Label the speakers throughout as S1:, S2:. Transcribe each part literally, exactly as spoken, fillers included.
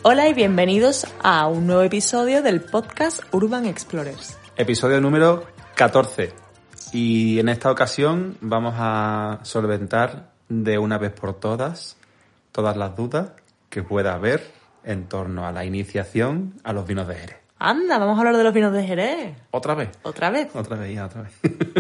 S1: Hola y bienvenidos a un nuevo episodio del podcast Urban Explorers.
S2: Episodio número catorce. Y en esta ocasión vamos a solventar de una vez por todas todas las dudas que pueda haber en torno a la iniciación a los vinos de Jerez.
S1: Anda, vamos a hablar de los vinos de Jerez.
S2: ¿Otra vez?
S1: ¿Otra vez?
S2: Otra vez, ya, otra vez.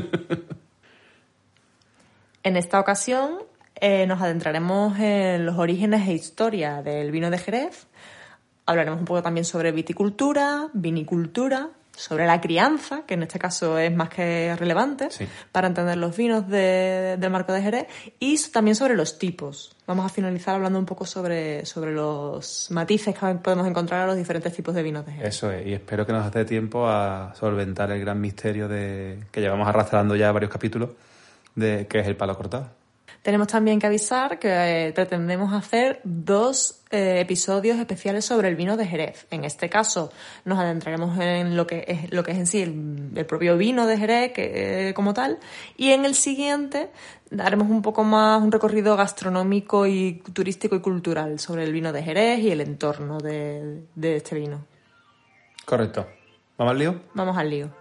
S1: En esta ocasión eh, nos adentraremos en los orígenes e historia del vino de Jerez. Hablaremos un poco también sobre viticultura, vinicultura, sobre la crianza, que en este caso es más que relevante
S2: sí.
S1: para entender los vinos de, del marco de Jerez, y también sobre los tipos. Vamos a finalizar hablando un poco sobre, sobre los matices que podemos encontrar a los diferentes tipos de vinos de Jerez.
S2: Eso es, y espero que nos dé tiempo a solventar el gran misterio de que llevamos arrastrando ya varios capítulos de qué es el palo cortado.
S1: Tenemos también que avisar que eh, pretendemos hacer dos eh, episodios especiales sobre el vino de Jerez. En este caso nos adentraremos en lo que es, lo que es en sí el, el propio vino de Jerez que, eh, como tal, y en el siguiente haremos un poco más un recorrido gastronómico y turístico y cultural sobre el vino de Jerez y el entorno de, de este vino.
S2: Correcto. ¿Vamos al lío?
S1: Vamos al lío.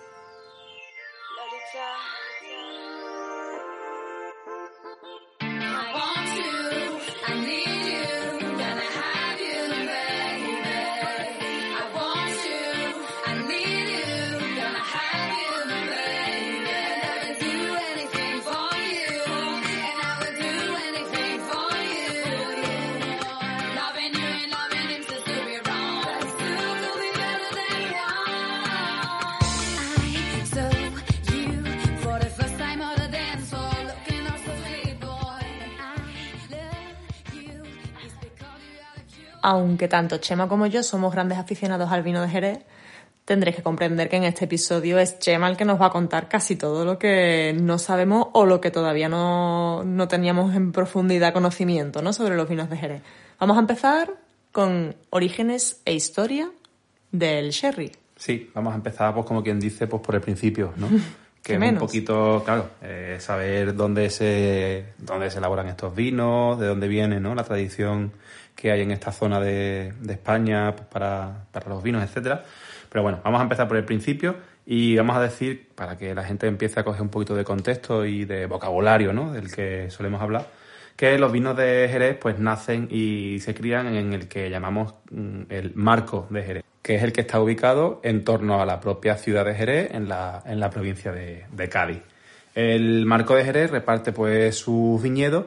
S1: Aunque tanto Chema como yo somos grandes aficionados al vino de Jerez, tendréis que comprender que en este episodio es Chema el que nos va a contar casi todo lo que no sabemos o lo que todavía no, no teníamos en profundidad conocimiento, ¿no?, sobre los vinos de Jerez. Vamos a empezar con orígenes e historia del sherry.
S2: Sí, vamos a empezar, pues como quien dice, pues por el principio, ¿no? Que es
S1: menos?
S2: un poquito, claro, eh, saber dónde se dónde se elaboran estos vinos, de dónde viene, ¿no?, la tradición que hay en esta zona de, de España pues, para, para los vinos, etcétera. Pero bueno, vamos a empezar por el principio y vamos a decir, para que la gente empiece a coger un poquito de contexto y de vocabulario, ¿no?, del que solemos hablar, que los vinos de Jerez pues nacen y se crían en el que llamamos mm, el marco de Jerez, que es el que está ubicado en torno a la propia ciudad de Jerez, en la, en la provincia de, de Cádiz. El marco de Jerez reparte pues sus viñedos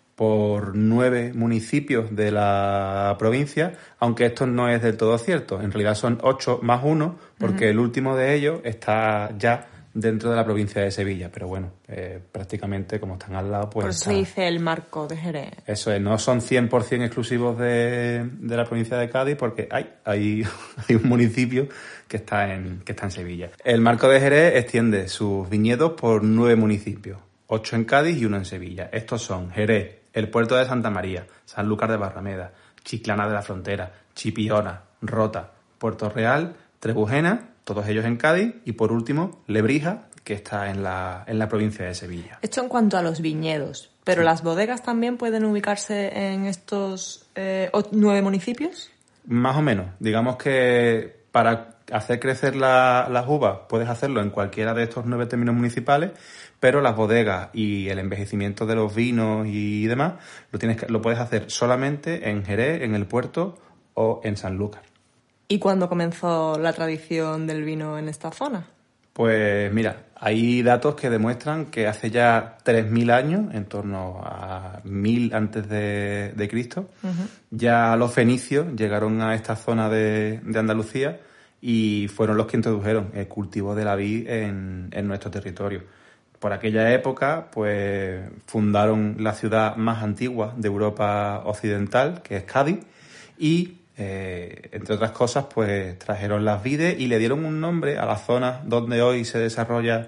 S2: por nueve municipios de la provincia, aunque esto no es del todo cierto. En realidad son ocho más uno, porque uh-huh. el último de ellos está ya dentro de la provincia de Sevilla. Pero bueno, eh, prácticamente como están al lado, pues...
S1: Por eso
S2: está...
S1: se dice el marco de Jerez.
S2: Eso es, no son cien por ciento exclusivos de, de la provincia de Cádiz, porque hay, hay, hay un municipio que está, en, que está en Sevilla. El marco de Jerez extiende sus viñedos por nueve municipios, ocho en Cádiz y uno en Sevilla. Estos son Jerez, el Puerto de Santa María, Sanlúcar de Barrameda, Chiclana de la Frontera, Chipiona, Rota, Puerto Real, Trebujena, todos ellos en Cádiz, y por último, Lebrija, que está en la, en la provincia de Sevilla.
S1: Esto en cuanto a los viñedos, pero
S2: sí.
S1: ¿Las bodegas también pueden ubicarse en estos eh, nueve municipios?
S2: Más o menos. Digamos que para hacer crecer la, las uvas puedes hacerlo en cualquiera de estos nueve términos municipales, pero las bodegas y el envejecimiento de los vinos y demás lo tienes que, lo puedes hacer solamente en Jerez, en el Puerto o en Sanlúcar.
S1: ¿Y cuándo comenzó la tradición del vino en esta zona?
S2: Pues mira, hay datos que demuestran que hace ya tres mil años, en torno a mil antes de, de Cristo, uh-huh. ya los fenicios llegaron a esta zona de, de Andalucía y fueron los que introdujeron el cultivo de la vid en, en nuestro territorio. Por aquella época, pues fundaron la ciudad más antigua de Europa occidental, que es Cádiz, y eh, entre otras cosas, pues trajeron las vides y le dieron un nombre a la zona donde hoy se desarrolla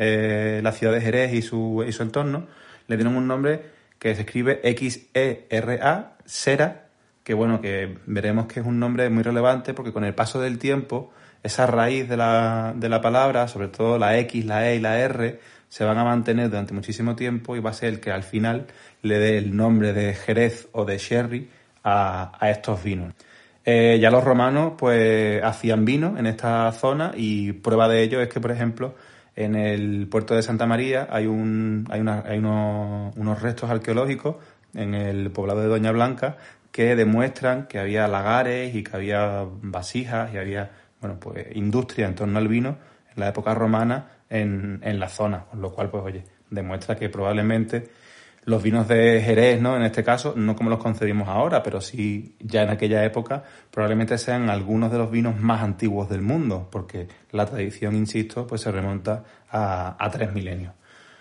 S2: eh, la ciudad de Jerez y su, y su entorno. Le dieron un nombre que se escribe X E R A, Sera, que bueno, que veremos que es un nombre muy relevante porque con el paso del tiempo, esa raíz de la, de la palabra, sobre todo la X, la E y la R, se van a mantener durante muchísimo tiempo y va a ser el que al final le dé el nombre de Jerez o de Sherry a, a estos vinos. Eh, ya los romanos pues hacían vino en esta zona y prueba de ello es que, por ejemplo, en el puerto de Santa María hay un hay, una, hay unos, unos restos arqueológicos en el poblado de Doña Blanca que demuestran que había lagares y que había vasijas y había, bueno, pues industria en torno al vino en la época romana en, en la zona, con lo cual, pues oye, demuestra que probablemente los vinos de Jerez, ¿no? En este caso, no como los concebimos ahora, pero sí ya en aquella época, probablemente sean algunos de los vinos más antiguos del mundo, porque la tradición, insisto, pues se remonta a, a tres milenios.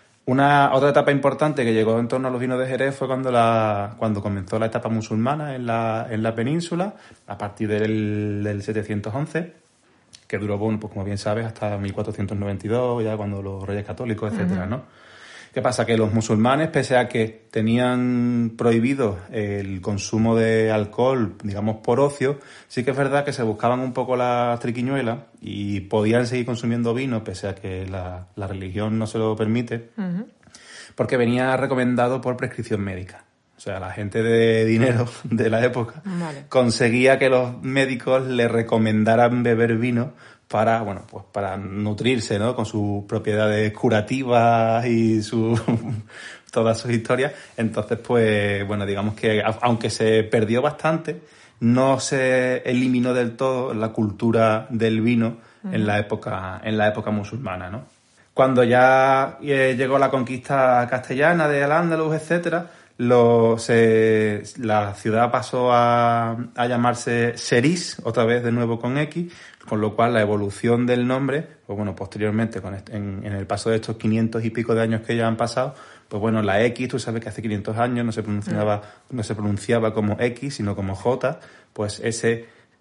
S2: Una otra etapa importante que llegó en torno a los vinos de Jerez fue cuando la cuando comenzó la etapa musulmana en la en la península, a partir del, del setecientos once, que duró, bueno, pues como bien sabes, hasta mil cuatrocientos noventa y dos, ya cuando los reyes católicos, etcétera, uh-huh. ¿no? ¿Qué pasa? Que los musulmanes, pese a que tenían prohibido el consumo de alcohol, digamos, por ocio, sí que es verdad que se buscaban un poco la triquiñuela y podían seguir consumiendo vino, pese a que la, la religión no se lo permite, uh-huh. porque venía recomendado por prescripción médica. O sea, la gente de dinero de la época vale. conseguía que los médicos le recomendaran beber vino para, bueno, pues para nutrirse, ¿no? Con sus propiedades curativas y su todas sus historias. Entonces, pues, bueno, digamos que aunque se perdió bastante, no se eliminó del todo la cultura del vino uh-huh. en la época en la época musulmana, ¿no? Cuando ya eh, llegó la conquista castellana de Al-Ándalus, etcétera, Lo, se, la ciudad pasó a, a llamarse Xeris, otra vez de nuevo con X, con lo cual la evolución del nombre, pues bueno, posteriormente, con este, en, en el paso de estos quinientos y pico de años que ya han pasado, pues bueno, la X, tú sabes que hace quinientos años no se pronunciaba, no se pronunciaba como X, sino como J, pues ese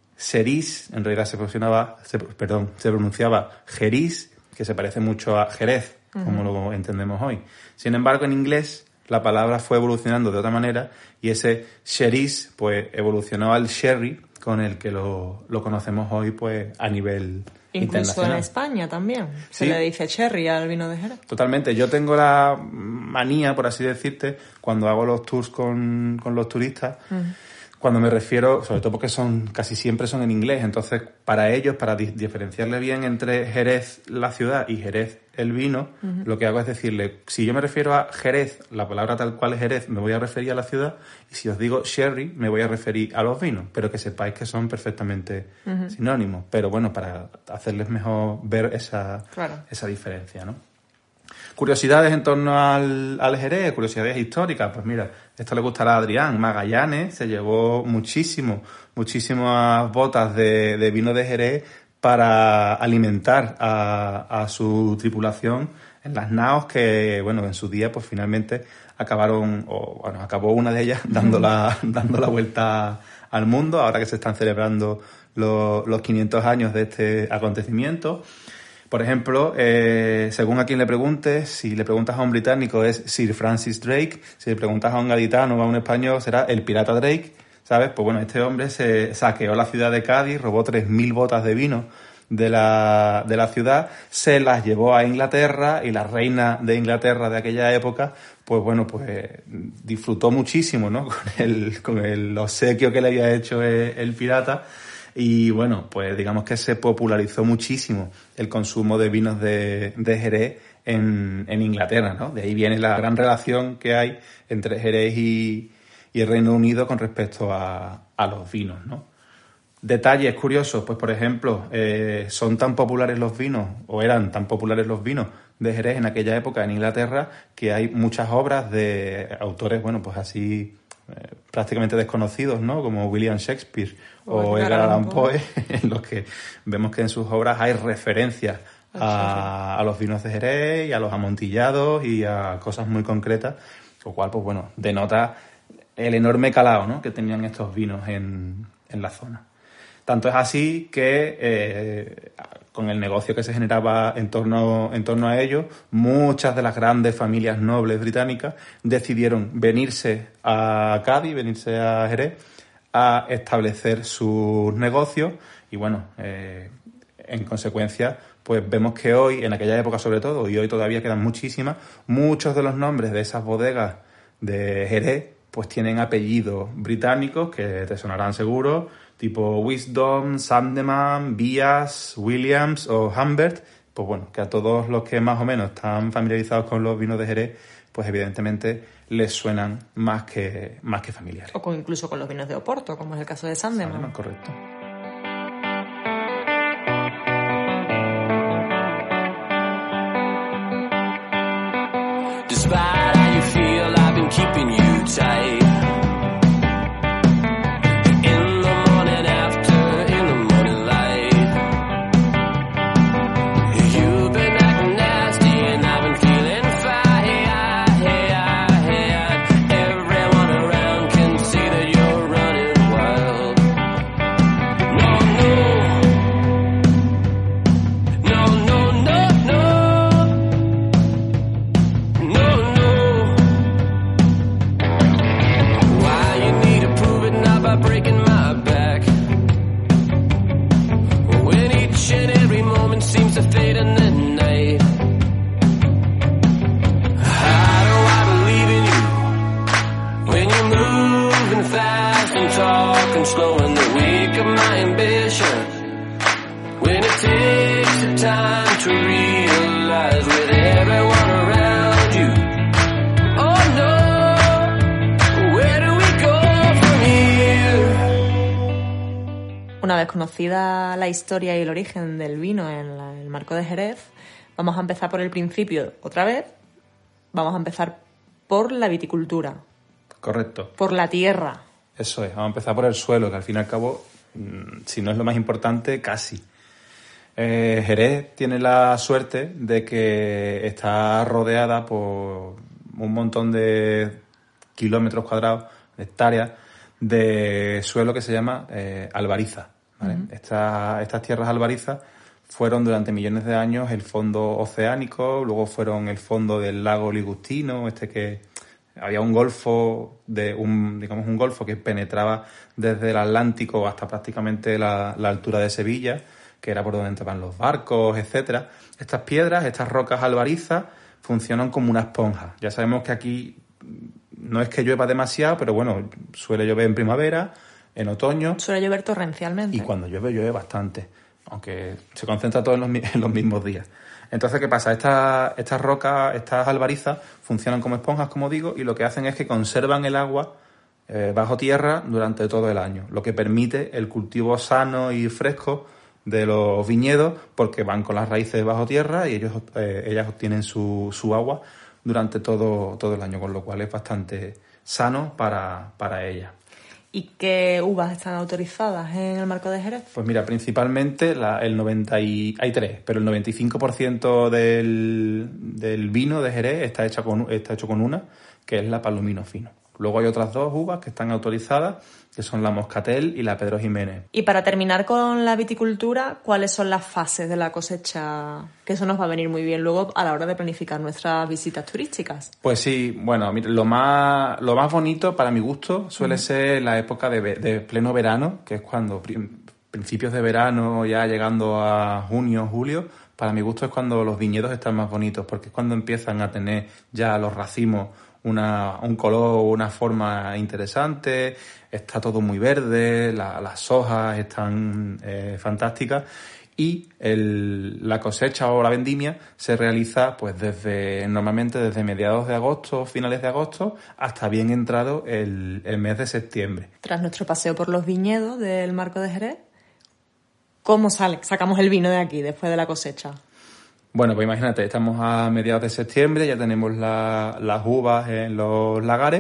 S2: Xeris, en realidad se pronunciaba, se, perdón, se pronunciaba Jerez, que se parece mucho a Jerez, como uh-huh. lo entendemos hoy. Sin embargo, en inglés, la palabra fue evolucionando de otra manera y ese Xeris pues evolucionó al sherry, con el que lo, lo conocemos hoy pues a nivel
S1: Incluso
S2: internacional.
S1: En España también se
S2: ¿Sí?
S1: le dice sherry al vino de Jerez.
S2: Totalmente. Yo tengo la manía, por así decirte, cuando hago los tours con, con los turistas, uh-huh. cuando me refiero, sobre todo porque son casi siempre son en inglés, entonces para ellos, para di- diferenciarle bien entre Jerez la ciudad y Jerez el vino, uh-huh. lo que hago es decirle, si yo me refiero a Jerez, la palabra tal cual es Jerez, me voy a referir a la ciudad, y si os digo sherry, me voy a referir a los vinos, pero que sepáis que son perfectamente uh-huh. sinónimos. Pero bueno, para hacerles mejor ver esa,
S1: claro.
S2: esa diferencia, ¿no? Curiosidades en torno al, al Jerez, curiosidades históricas. Pues mira, esto le gustará a Adrián. Magallanes se llevó muchísimo, muchísimas botas de, de vino de Jerez para alimentar a, a su tripulación en las naos que, bueno, en su día, pues finalmente acabaron, o bueno, acabó una de ellas dando la, dando la vuelta al mundo, ahora que se están celebrando los, los quinientos años de este acontecimiento. Por ejemplo, eh, según a quien le preguntes, si le preguntas a un británico es Sir Francis Drake, si le preguntas a un gaditano o a un español será el pirata Drake, ¿sabes? Pues bueno, este hombre se saqueó la ciudad de Cádiz, robó tres mil botas de vino de la, de la ciudad, se las llevó a Inglaterra y la reina de Inglaterra de aquella época, pues bueno, pues disfrutó muchísimo, ¿no? Con el, con el obsequio que le había hecho el, el pirata. Y bueno, pues digamos que se popularizó muchísimo el consumo de vinos de, de Jerez en, en Inglaterra, ¿no? De ahí viene la gran relación que hay entre Jerez y, y el Reino Unido con respecto a, a los vinos, ¿no? Detalles curiosos, pues por ejemplo, eh, son tan populares los vinos, o eran tan populares los vinos de Jerez en aquella época en Inglaterra, que hay muchas obras de autores, bueno, pues así eh, prácticamente desconocidos, ¿no? Como William Shakespeare o, o Edgar Allan Poe, en los que vemos que en sus obras hay referencias a, a los vinos de Jerez y a los amontillados y a cosas muy concretas, lo cual, pues bueno, denota el enorme calado, ¿no? que tenían estos vinos en, en la zona. Tanto es así que eh, con el negocio que se generaba en torno, en torno a ello, muchas de las grandes familias nobles británicas decidieron venirse a Cádiz, venirse a Jerez, a establecer sus negocios y bueno, eh, en consecuencia, pues vemos que hoy, en aquella época sobre todo, y hoy todavía quedan muchísimas, muchos de los nombres de esas bodegas de Jerez pues tienen apellidos británicos que te sonarán seguro. tipo Wisdom, Sandeman, Bias, Williams o Humbert, pues bueno, que a todos los que más o menos están familiarizados con los vinos de Jerez, pues evidentemente les suenan más que, más que familiares.
S1: O con, incluso con los vinos de Oporto, como es el caso de Sandeman.
S2: Sandeman, correcto.
S3: Despite how you feel, I've been keeping you tight. In the morning after, in the morning light. You've been acting nasty and I've been feeling fine. Everyone around can see that you're running wild. No, no. No, no, no, no. No, no. Why you need to prove it now by breaking my back? When each and every moment seems to fade in the night. How do I believe in you when you're moving fast and talking slow in the wake of my ambition? When it takes the time to realize with everyone around you. Oh no, where do we go from here?
S1: Una vez conocida la historia y el origen del vino en la- el marco de Jerez, vamos a empezar por el principio otra vez. Vamos a empezar por la viticultura,
S2: Correcto.
S1: por la tierra.
S2: Eso es, vamos a empezar por el suelo, que al fin y al cabo, mm, si no es lo más importante, casi. Eh, Jerez tiene la suerte de que está rodeada por un montón de kilómetros cuadrados, de hectáreas, de suelo que se llama eh, albariza, ¿vale? Esta- estas tierras albarizas fueron durante millones de años el fondo oceánico, luego fueron el fondo del lago Ligustino, este que había un golfo de un digamos un golfo que penetraba desde el Atlántico hasta prácticamente la, la altura de Sevilla, que era por donde entraban los barcos, etcétera. Estas piedras, estas rocas albarizas, funcionan como una esponja. Ya sabemos que aquí no es que llueva demasiado, pero bueno, suele llover en primavera, en otoño,
S1: Suele llover torrencialmente.
S2: y cuando llueve, llueve bastante, aunque se concentra todo en los, mi- en los mismos días. Entonces, ¿qué pasa? Estas, estas rocas, estas albarizas, funcionan como esponjas, como digo, y lo que hacen es que conservan el agua eh, bajo tierra durante todo el año, lo que permite el cultivo sano y fresco de los viñedos, porque van con las raíces bajo tierra y ellos eh, ellas obtienen su, su agua durante todo, todo el año, con lo cual es bastante sano para, para ellas.
S1: ¿Y qué uvas están autorizadas en el marco de Jerez?
S2: Pues mira, principalmente la, el noventa y, hay tres, pero el noventa y cinco por ciento del, del vino de Jerez está, hecha con, está hecho con una, que es la Palomino Fino. Luego hay otras dos uvas que están autorizadas, que son la Moscatel y la Pedro Jiménez.
S1: Y para terminar con la viticultura, ¿cuáles son las fases de la cosecha? Que eso nos va a venir muy bien luego a la hora de planificar nuestras visitas turísticas.
S2: Pues sí, bueno, mira, lo más, lo más bonito para mi gusto suele uh-huh. ser la época de, de pleno verano, que es cuando prim, principios de verano, ya llegando a junio, julio, para mi gusto es cuando los viñedos están más bonitos, porque es cuando empiezan a tener ya los racimos Una, un color, una forma interesante, está todo muy verde, la, las hojas están eh, fantásticas y el, la cosecha o la vendimia se realiza pues desde normalmente desde mediados de agosto, finales de agosto, hasta bien entrado el, el mes de septiembre.
S1: Tras nuestro paseo por los viñedos del marco de Jerez, ¿cómo sale? Sacamos el vino de aquí después de la cosecha.
S2: Bueno, pues imagínate, estamos a mediados de septiembre, ya tenemos la, las uvas en los lagares.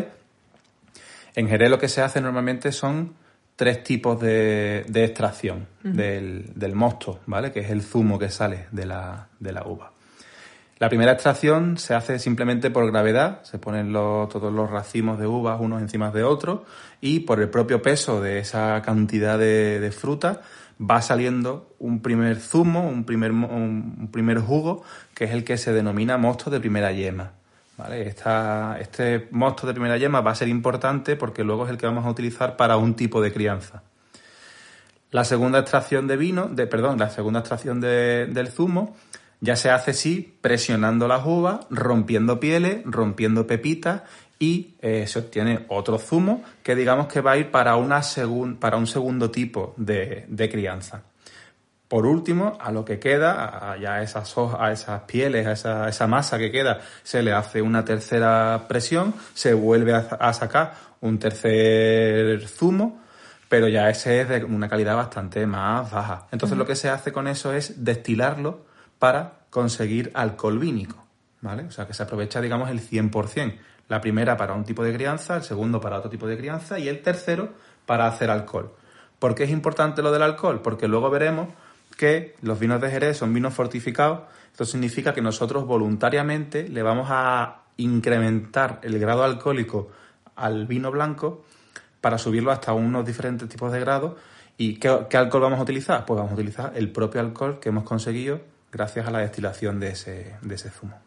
S2: En Jerez lo que se hace normalmente son tres tipos de, de extracción uh-huh. del, del mosto, ¿vale? Que es el zumo que sale de la, de la uva. La primera extracción se hace simplemente por gravedad, se ponen los, todos los racimos de uvas unos encima de otros y por el propio peso de esa cantidad de, de fruta va saliendo un primer zumo, un primer, un, un primer jugo, que es el que se denomina mosto de primera yema, ¿vale? Esta, este mosto de primera yema va a ser importante porque luego es el que vamos a utilizar para un tipo de crianza. La segunda extracción de vino, de, perdón, la segunda extracción de, del zumo ya se hace sí presionando las uvas, rompiendo pieles, rompiendo pepitas y eh, se obtiene otro zumo que digamos que va a ir para, una segun, para un segundo tipo de, de crianza. Por último, a lo que queda, a, ya a esas hojas, a esas pieles, a esa, a esa masa que queda, se le hace una tercera presión, se vuelve a, a sacar un tercer zumo, pero ya ese es de una calidad bastante más baja. Entonces uh-huh. lo que se hace con eso es destilarlo para conseguir alcohol vínico, ¿vale? O sea, que se aprovecha, digamos, el cien por ciento. La primera para un tipo de crianza, el segundo para otro tipo de crianza y el tercero para hacer alcohol. ¿Por qué es importante lo del alcohol? Porque luego veremos que los vinos de Jerez son vinos fortificados. Esto significa que nosotros voluntariamente le vamos a incrementar el grado alcohólico al vino blanco para subirlo hasta unos diferentes tipos de grados. ¿Y qué, qué alcohol vamos a utilizar? Pues vamos a utilizar el propio alcohol que hemos conseguido gracias a la destilación de ese, de ese zumo.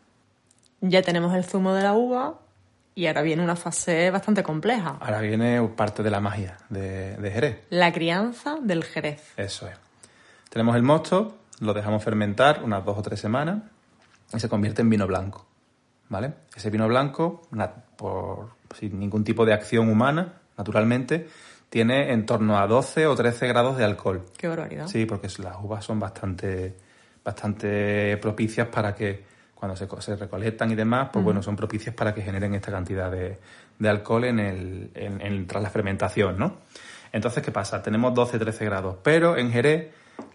S1: Ya tenemos el zumo de la uva y ahora viene una fase bastante compleja.
S2: Ahora viene parte de la magia de, de Jerez.
S1: La crianza del Jerez.
S2: Eso es. Tenemos el mosto, lo dejamos fermentar unas dos o tres semanas y se convierte en vino blanco, ¿vale? Ese vino blanco, na- por, sin ningún tipo de acción humana, naturalmente, tiene en torno a doce o trece grados de alcohol.
S1: Qué barbaridad.
S2: Sí, porque las uvas son bastante, bastante propicias para que, cuando se, se recolectan y demás, pues uh-huh. bueno, son propicias para que generen esta cantidad de, de alcohol en el, en, en, tras la fermentación, ¿no? Entonces, ¿qué pasa? Tenemos doce o trece grados, pero en Jerez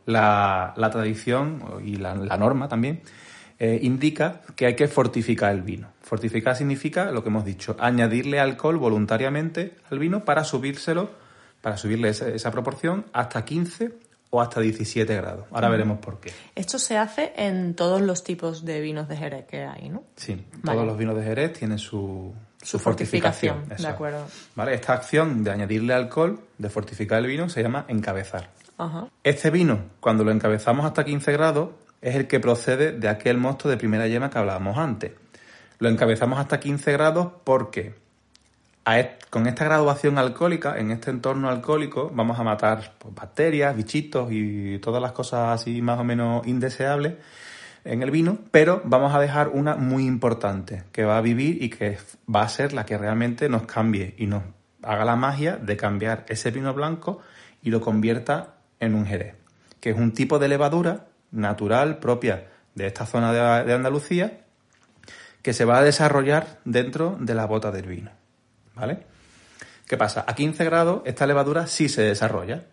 S2: la, la tradición y la, la norma también eh, indica que hay que fortificar el vino. Fortificar significa, lo que hemos dicho, añadirle alcohol voluntariamente al vino para subírselo, para subirle esa, esa proporción hasta quince o hasta diecisiete grados. Ahora uh-huh. veremos por qué.
S1: Esto se hace en todos los tipos de vinos de Jerez que hay, ¿no?
S2: Sí,
S1: vale.
S2: Todos los vinos de Jerez tienen su, su,
S1: su
S2: fortificación.
S1: fortificación. De acuerdo.
S2: ¿Vale? Esta acción de añadirle alcohol, de fortificar el vino, se llama encabezar.
S1: Uh-huh.
S2: Este vino, cuando lo encabezamos hasta quince grados, es el que procede de aquel mosto de primera yema que hablábamos antes. Lo encabezamos hasta quince grados porque a est- con esta graduación alcohólica, en este entorno alcohólico, vamos a matar pues, bacterias, bichitos y todas las cosas así más o menos indeseables en el vino, pero vamos a dejar una muy importante que va a vivir y que va a ser la que realmente nos cambie y nos haga la magia de cambiar ese vino blanco y lo convierta en un Jerez, que es un tipo de levadura natural propia de esta zona de, de Andalucía que se va a desarrollar dentro de la bota del vino, ¿vale? ¿Qué pasa? A quince grados esta levadura sí se desarrolla.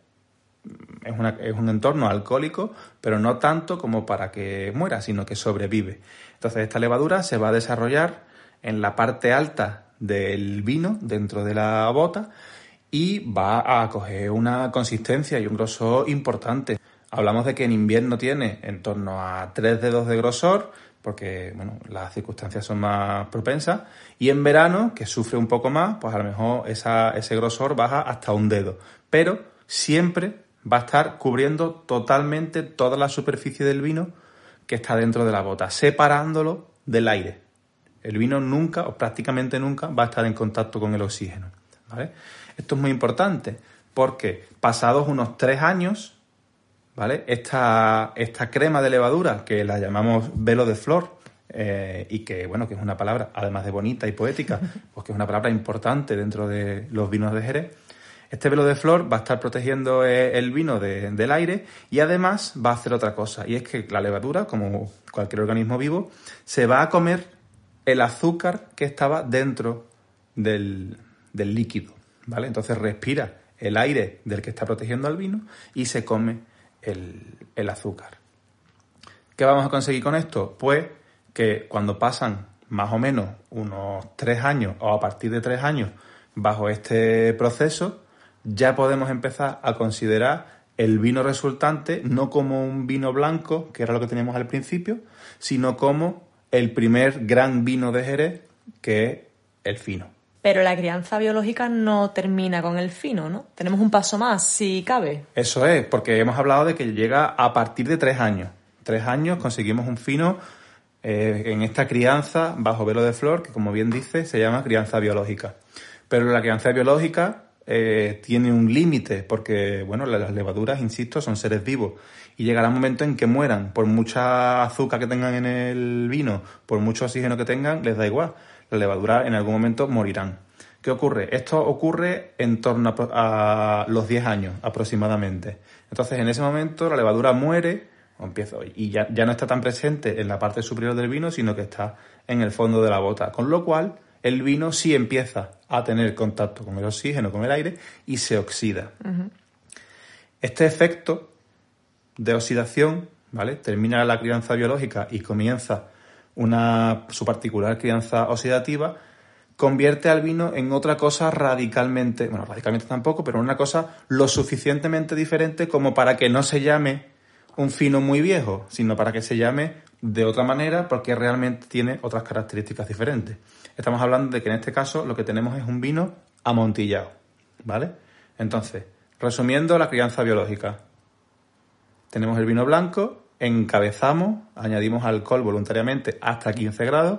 S2: Es, una, es un entorno alcohólico, pero no tanto como para que muera, sino que sobrevive. Entonces esta levadura se va a desarrollar en la parte alta del vino, dentro de la bota, y va a coger una consistencia y un grosor importante. Hablamos de que en invierno tiene en torno a tres dedos de grosor, porque bueno, las circunstancias son más propensas, y en verano, que sufre un poco más, pues a lo mejor esa, ese grosor baja hasta un dedo. Pero siempre va a estar cubriendo totalmente toda la superficie del vino que está dentro de la bota, separándolo del aire. El vino nunca, o prácticamente nunca, va a estar en contacto con el oxígeno, ¿vale? Esto es muy importante porque pasados unos tres años, ¿vale? Esta, esta crema de levadura, que la llamamos velo de flor, eh, y que, bueno, que es una palabra, además de bonita y poética, pues que es una palabra importante dentro de los vinos de Jerez. Este velo de flor va a estar protegiendo el vino de, del aire y además va a hacer otra cosa, y es que la levadura, como cualquier organismo vivo, se va a comer el azúcar que estaba dentro del, del líquido, ¿vale? Entonces respira el aire del que está protegiendo al vino y se come el, el azúcar. ¿Qué vamos a conseguir con esto? Pues que cuando pasan más o menos unos tres años o a partir de tres años bajo este proceso, ya podemos empezar a considerar el vino resultante no como un vino blanco, que era lo que teníamos al principio, sino como el primer gran vino de Jerez, que es el fino.
S1: Pero la crianza biológica no termina con el fino, ¿no? Tenemos un paso más, si cabe.
S2: Eso es, porque hemos hablado de que llega a partir de tres años. Tres años conseguimos un fino eh, en esta crianza bajo velo de flor, que como bien dice, se llama crianza biológica. Pero la crianza biológica eh, tiene un límite, porque bueno, las levaduras, insisto, son seres vivos. Y llegará un momento en que mueran, por mucha azúcar que tengan en el vino, por mucho oxígeno que tengan, les da igual. la levadura en algún momento morirán. ¿Qué ocurre? Esto ocurre en torno a, a los diez años aproximadamente. Entonces, en ese momento la levadura muere o empieza, y ya, ya no está tan presente en la parte superior del vino, sino que está en el fondo de la bota. Con lo cual, el vino sí empieza a tener contacto con el oxígeno, con el aire, y se oxida. Uh-huh. Este efecto de oxidación, ¿vale?, termina la crianza biológica y comienza una, su particular crianza oxidativa, convierte al vino en otra cosa radicalmente, bueno, radicalmente tampoco, pero una cosa lo suficientemente diferente como para que no se llame un fino muy viejo, sino para que se llame de otra manera, porque realmente tiene otras características diferentes. Estamos hablando de que en este caso lo que tenemos es un vino amontillado, ¿vale? Entonces, resumiendo la crianza biológica, tenemos el vino blanco, encabezamos, añadimos alcohol voluntariamente hasta quince grados,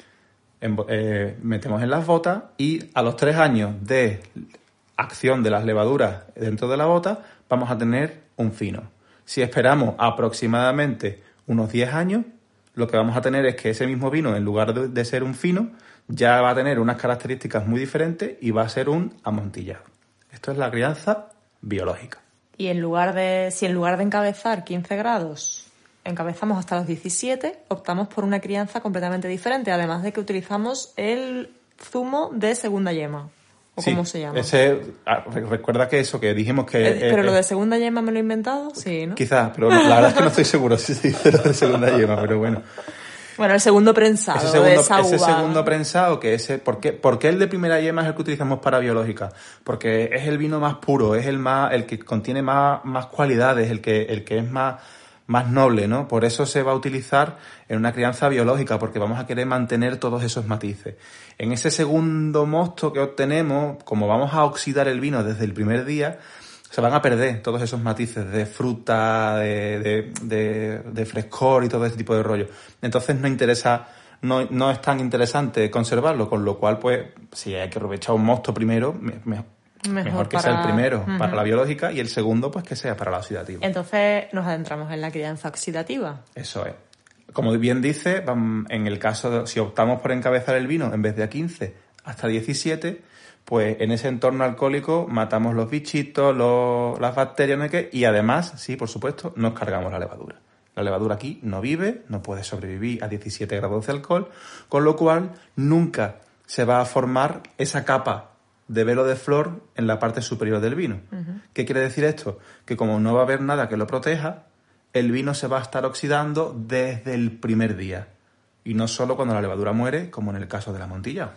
S2: En, eh, metemos en las botas y a los tres años de acción de las levaduras dentro de la bota vamos a tener un fino. Si esperamos aproximadamente unos diez años, lo que vamos a tener es que ese mismo vino, en lugar de, de ser un fino, ya va a tener unas características muy diferentes y va a ser un amontillado. Esto es la crianza biológica.
S1: Y en lugar de, si en lugar de encabezar quince grados... encabezamos hasta los diecisiete, optamos por una crianza completamente diferente, además de que utilizamos el zumo de segunda yema, o
S2: sí,
S1: cómo se llama.
S2: Ese, recuerda que eso, que dijimos que...
S1: Eh, ¿Pero
S2: eh,
S1: lo de segunda yema me lo he inventado? Sí, ¿no?
S2: Quizás, pero no, la verdad es que no estoy seguro si se dice lo de segunda yema, pero bueno.
S1: Bueno, el segundo prensado
S2: ese segundo,
S1: de esa uva.
S2: Ese segundo prensado, que ese... ¿por qué, ¿Por qué el de primera yema es el que utilizamos para biológica? Porque es el vino más puro, es el más el que contiene más, más cualidades, el que, el que es más... más noble, ¿no? Por eso se va a utilizar en una crianza biológica, porque vamos a querer mantener todos esos matices. En ese segundo mosto que obtenemos, como vamos a oxidar el vino desde el primer día, se van a perder todos esos matices de fruta, de, de, de, de frescor y todo ese tipo de rollo. Entonces no interesa, no, no es tan interesante conservarlo, con lo cual, pues, si hay que aprovechar un mosto primero, me, me, Mejor, Mejor que para... sea el primero uh-huh. para la biológica y el segundo pues que sea para la oxidativa.
S1: Entonces nos adentramos en la crianza oxidativa.
S2: Eso es. Como bien dice, en el caso de si optamos por encabezar el vino en vez de a quince hasta diecisiete, pues en ese entorno alcohólico matamos los bichitos, los, las bacterias, ¿no? Y además, sí, por supuesto, nos cargamos la levadura. La levadura aquí no vive, no puede sobrevivir a diecisiete grados de alcohol, con lo cual nunca se va a formar esa capa de velo de flor en la parte superior del vino. Uh-huh. ¿Qué quiere decir esto? Que como no va a haber nada que lo proteja, el vino se va a estar oxidando desde el primer día. Y no solo cuando la levadura muere, como en el caso del amontillado.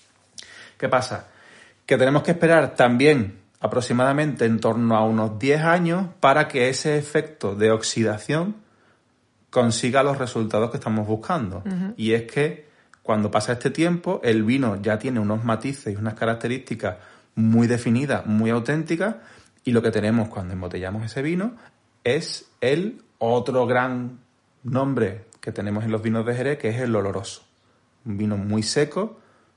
S2: ¿Qué pasa? Que tenemos que esperar también aproximadamente en torno a unos diez años para que ese efecto de oxidación consiga los resultados que estamos buscando. Uh-huh. Y es que cuando pasa este tiempo, el vino ya tiene unos matices y unas características muy definidas, muy auténticas, y lo que tenemos cuando embotellamos ese vino es el otro gran nombre que tenemos en los vinos de Jerez, que es el oloroso. Un vino muy seco.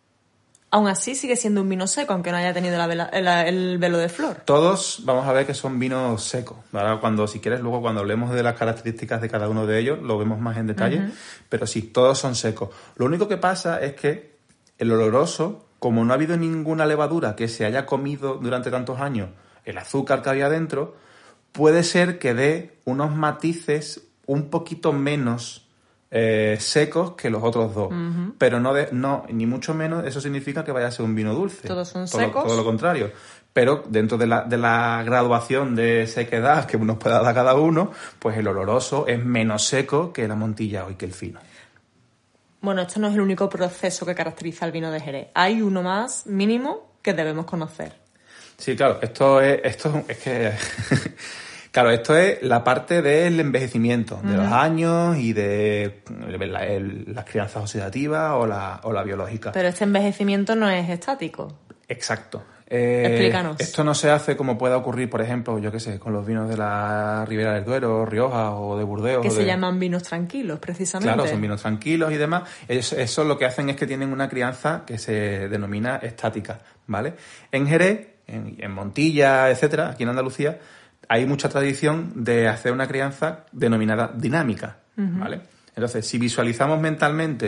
S1: Aún así sigue siendo un vino seco, aunque no haya tenido la vela, el, el velo de flor.
S2: Todos vamos a ver que son vinos secos. Ahora, cuando, si quieres, luego cuando hablemos de las características de cada uno de ellos, lo vemos más en detalle. Uh-huh. Pero sí, todos son secos. Lo único que pasa es que el oloroso, como no ha habido ninguna levadura que se haya comido durante tantos años el azúcar que había dentro, puede ser que dé unos matices un poquito menos Eh, secos que los otros dos, uh-huh. pero no, de, no ni mucho menos eso significa que vaya a ser un vino dulce.
S1: Todos son
S2: todo,
S1: secos.
S2: Todo lo contrario. Pero dentro de la, de la graduación de sequedad que nos pueda dar cada uno, pues el oloroso es menos seco que el amontillado y que el fino.
S1: Bueno, esto no es el único proceso que caracteriza el vino de Jerez. Hay uno más mínimo que debemos conocer.
S2: Sí, claro, esto es, esto es que... Claro, esto es la parte del envejecimiento, de uh-huh. los años y de la, el, las crianzas oxidativas o la, o la biológica.
S1: Pero este envejecimiento no es estático.
S2: Exacto. Eh,
S1: Explícanos.
S2: Esto no se hace como pueda ocurrir, por ejemplo, yo qué sé, con los vinos de la Ribera del Duero, Rioja o de Burdeos.
S1: Que
S2: o
S1: se
S2: de...
S1: llaman vinos tranquilos, precisamente.
S2: Claro, son vinos tranquilos y demás. Eso, eso lo que hacen es que tienen una crianza que se denomina estática, ¿vale? En Jerez, en, en Montilla, etcétera, aquí en Andalucía, hay mucha tradición de hacer una crianza denominada dinámica, uh-huh. ¿vale? Entonces, si visualizamos mentalmente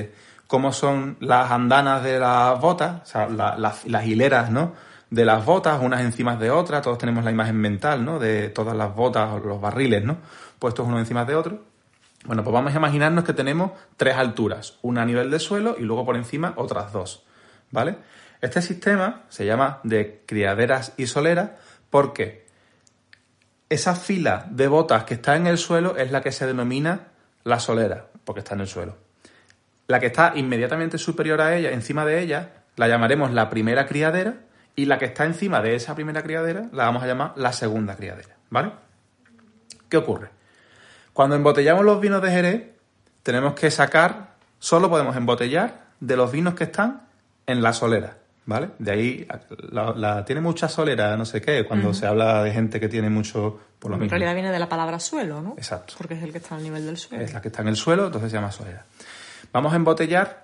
S2: cómo son las andanas de las botas, o sea, la, la, las hileras, ¿no?, de las botas, unas encima de otras. Todos tenemos la imagen mental, ¿no?, de todas las botas o los barriles, ¿no?, puestos uno encima de otro. Bueno, pues vamos a imaginarnos que tenemos tres alturas, una a nivel de suelo y luego por encima otras dos, ¿vale? Este sistema se llama de criaderas y soleras porque esa fila de botas que está en el suelo es la que se denomina la solera, porque está en el suelo. La que está inmediatamente superior a ella, encima de ella, la llamaremos la primera criadera, y la que está encima de esa primera criadera la vamos a llamar la segunda criadera, ¿vale? ¿Qué ocurre? Cuando embotellamos los vinos de Jerez, tenemos que sacar, solo podemos embotellar de los vinos que están en la solera, ¿vale? De ahí, la, la tiene mucha solera, no sé qué, cuando uh-huh. se habla de gente que tiene mucho, por lo
S1: en
S2: mismo.
S1: realidad viene de la palabra suelo, ¿no?
S2: Exacto.
S1: Porque es el que está al nivel del suelo.
S2: Es la que está en el suelo, entonces se llama solera. Vamos a embotellar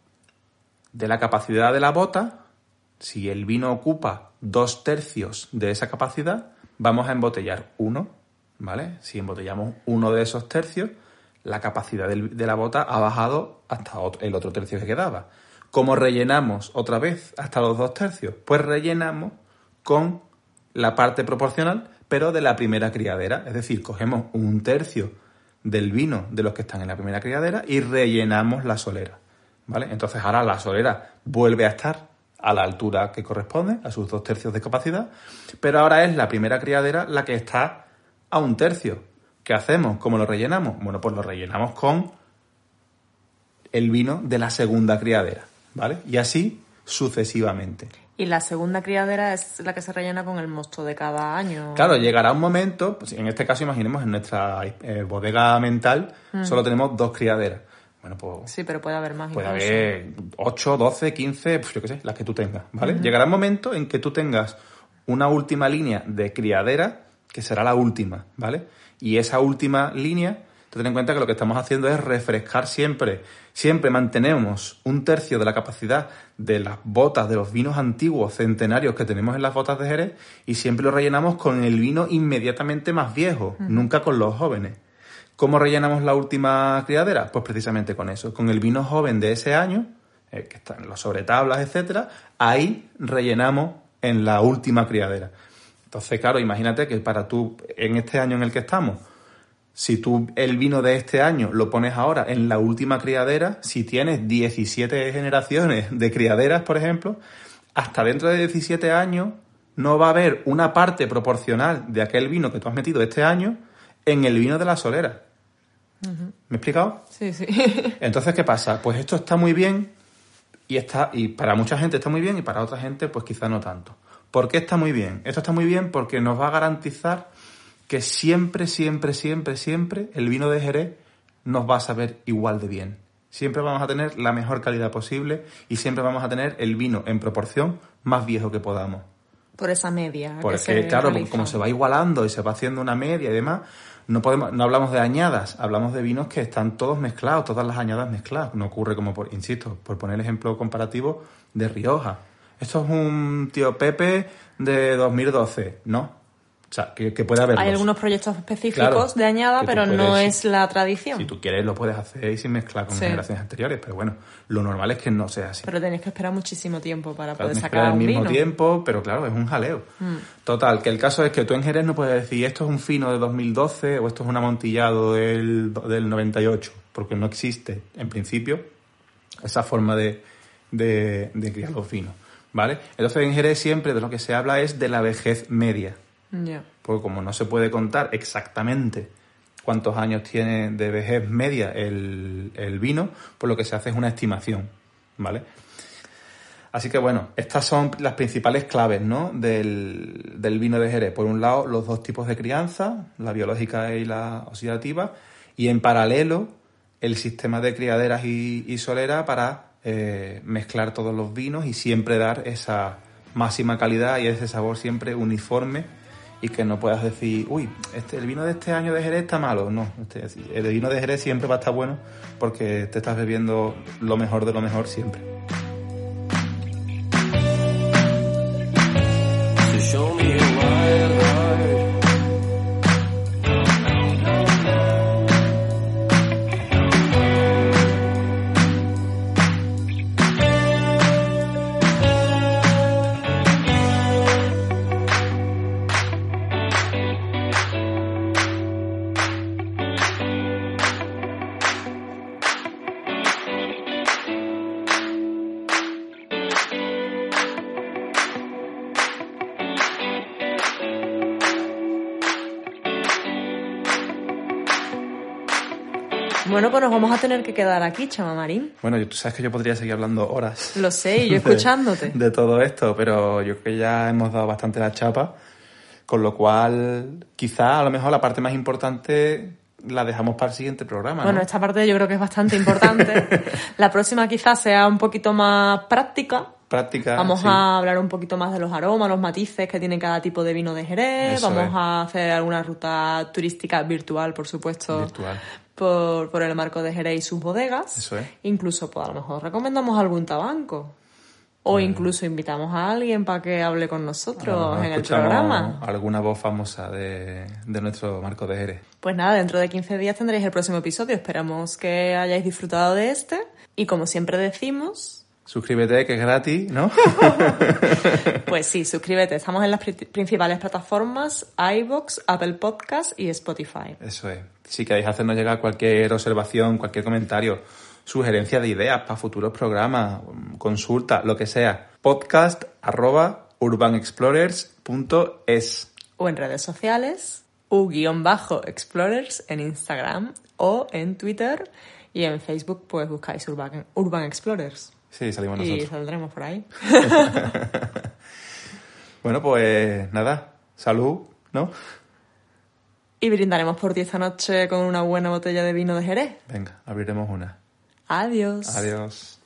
S2: de la capacidad de la bota. Si el vino ocupa dos tercios de esa capacidad, vamos a embotellar uno, ¿vale? Si embotellamos uno de esos tercios, la capacidad del, de la bota ha bajado hasta otro, el otro tercio que quedaba. ¿Cómo rellenamos otra vez hasta los dos tercios? Pues rellenamos con la parte proporcional, pero de la primera criadera. Es decir, cogemos un tercio del vino de los que están en la primera criadera y rellenamos la solera, ¿vale? Entonces ahora la solera vuelve a estar a la altura que corresponde, a sus dos tercios de capacidad, pero ahora es la primera criadera la que está a un tercio. ¿Qué hacemos? ¿Cómo lo rellenamos? Bueno, pues lo rellenamos con el vino de la segunda criadera, ¿vale? Y así sucesivamente.
S1: Y la segunda criadera es la que se rellena con el mosto de cada año.
S2: Claro, llegará un momento, pues en este caso imaginemos en nuestra eh, bodega mental mm. solo tenemos dos criaderas. Bueno, pues...
S1: Sí, pero puede haber más.
S2: Puede
S1: incluso.
S2: haber ocho, doce, quince, pues yo qué sé, las que tú tengas, ¿vale? Uh-huh. Llegará un momento en que tú tengas una última línea de criadera que será la última, ¿vale? Y esa última línea, ten en cuenta que lo que estamos haciendo es refrescar siempre, siempre mantenemos un tercio de la capacidad de las botas, de los vinos antiguos, centenarios que tenemos en las botas de Jerez, y siempre lo rellenamos con el vino inmediatamente más viejo, uh-huh. nunca con los jóvenes. ¿Cómo rellenamos la última criadera? Pues precisamente con eso, con el vino joven de ese año, eh, que están los sobretablas, etcétera, ahí rellenamos en la última criadera. Entonces, claro, imagínate que para tú, en este año en el que estamos, si tú el vino de este año lo pones ahora en la última criadera, si tienes diecisiete generaciones de criaderas, por ejemplo, hasta dentro de diecisiete años no va a haber una parte proporcional de aquel vino que tú has metido este año en el vino de la solera. Uh-huh. ¿Me he explicado?
S1: Sí, sí.
S2: Entonces, ¿qué pasa? Pues esto está muy bien y está y para mucha gente está muy bien y para otra gente pues quizá no tanto. ¿Por qué está muy bien? Esto está muy bien porque nos va a garantizar que siempre, siempre, siempre, siempre el vino de Jerez nos va a saber igual de bien. Siempre vamos a tener la mejor calidad posible y siempre vamos a tener el vino en proporción más viejo que podamos.
S1: Por esa media.
S2: Porque, claro, realiza. Como se va igualando y se va haciendo una media y demás, no podemos, no hablamos de añadas, hablamos de vinos que están todos mezclados, todas las añadas mezcladas. No ocurre como, por, insisto, por poner el ejemplo comparativo de Rioja. Esto es un tío Pepe de dos mil doce, ¿no? O sea, que, que puede haber.
S1: Hay algunos proyectos específicos
S2: claro,
S1: de añada, pero puedes, no es la tradición.
S2: Si tú quieres lo puedes hacer y sin mezclar con sí. generaciones anteriores, pero bueno, lo normal es que no sea así.
S1: Pero tenéis que esperar muchísimo tiempo para
S2: claro,
S1: poder sacar
S2: el
S1: un
S2: mismo
S1: vino.
S2: tiempo, pero claro, es un jaleo. Mm. Total, que el caso es que tú en Jerez no puedes decir esto es un fino de dos mil doce o esto es un amontillado del, del noventa y ocho, porque no existe, en principio, esa forma de, de, de criar los vinos, ¿vale? Entonces en Jerez siempre de lo que se habla es de la vejez media.
S1: Yeah.
S2: Porque como no se puede contar exactamente cuántos años tiene de vejez media el, el vino, pues lo que se hace es una estimación, ¿vale? Así que bueno, estas son las principales claves, ¿no? del, del vino de Jerez. Por un lado, los dos tipos de crianza, la biológica y la oxidativa, y en paralelo, el sistema de criaderas y, y solera para eh, mezclar todos los vinos y siempre dar esa máxima calidad y ese sabor siempre uniforme. Y que no puedas decir, uy, este, el vino de este año de Jerez está malo. No, este, el vino de Jerez siempre va a estar bueno porque te estás bebiendo lo mejor de lo mejor siempre.
S1: Bueno, pues nos vamos a tener que quedar aquí, Chema Marín.
S2: Bueno, tú sabes que yo podría seguir hablando horas.
S1: Lo sé, y yo escuchándote.
S2: De, de todo esto, pero yo creo que ya hemos dado bastante la chapa, con lo cual quizá a lo mejor la parte más importante la dejamos para el siguiente programa, ¿no?
S1: Bueno, esta parte yo creo que es bastante importante. La próxima quizás sea un poquito más práctica.
S2: Práctica,
S1: Vamos
S2: sí.
S1: a hablar un poquito más de los aromas, los matices que tiene cada tipo de vino de Jerez.
S2: Eso
S1: Vamos
S2: es.
S1: a hacer alguna ruta turística virtual, por supuesto.
S2: Virtual.
S1: Por, por el marco de Jerez y sus bodegas.
S2: Eso es.
S1: Incluso, pues a lo mejor recomendamos algún tabanco. O incluso invitamos a alguien para que hable con nosotros en el
S2: Escuchamos
S1: programa.
S2: alguna voz famosa de, de nuestro marco de Jerez.
S1: Pues nada, dentro de quince días tendréis el próximo episodio. Esperamos que hayáis disfrutado de este. Y como siempre decimos...
S2: Suscríbete, que es gratis, ¿no?
S1: Pues sí, suscríbete. Estamos en las pri- principales plataformas: iVoox, Apple Podcast y Spotify.
S2: Eso es. Si queréis hacernos llegar cualquier observación, cualquier comentario, sugerencia de ideas para futuros programas, consulta, lo que sea, podcast arroba urbanexplorers punto es.
S1: O en redes sociales, u-explorers en Instagram o en Twitter. Y en Facebook pues buscáis Urban, Urban Explorers.
S2: Sí, salimos
S1: Y
S2: nosotros.
S1: saldremos por ahí.
S2: Bueno, pues nada, salud, ¿no?
S1: Y brindaremos por ti esta noche con una buena botella de vino de Jerez.
S2: Venga, abriremos una.
S1: Adiós.
S2: Adiós.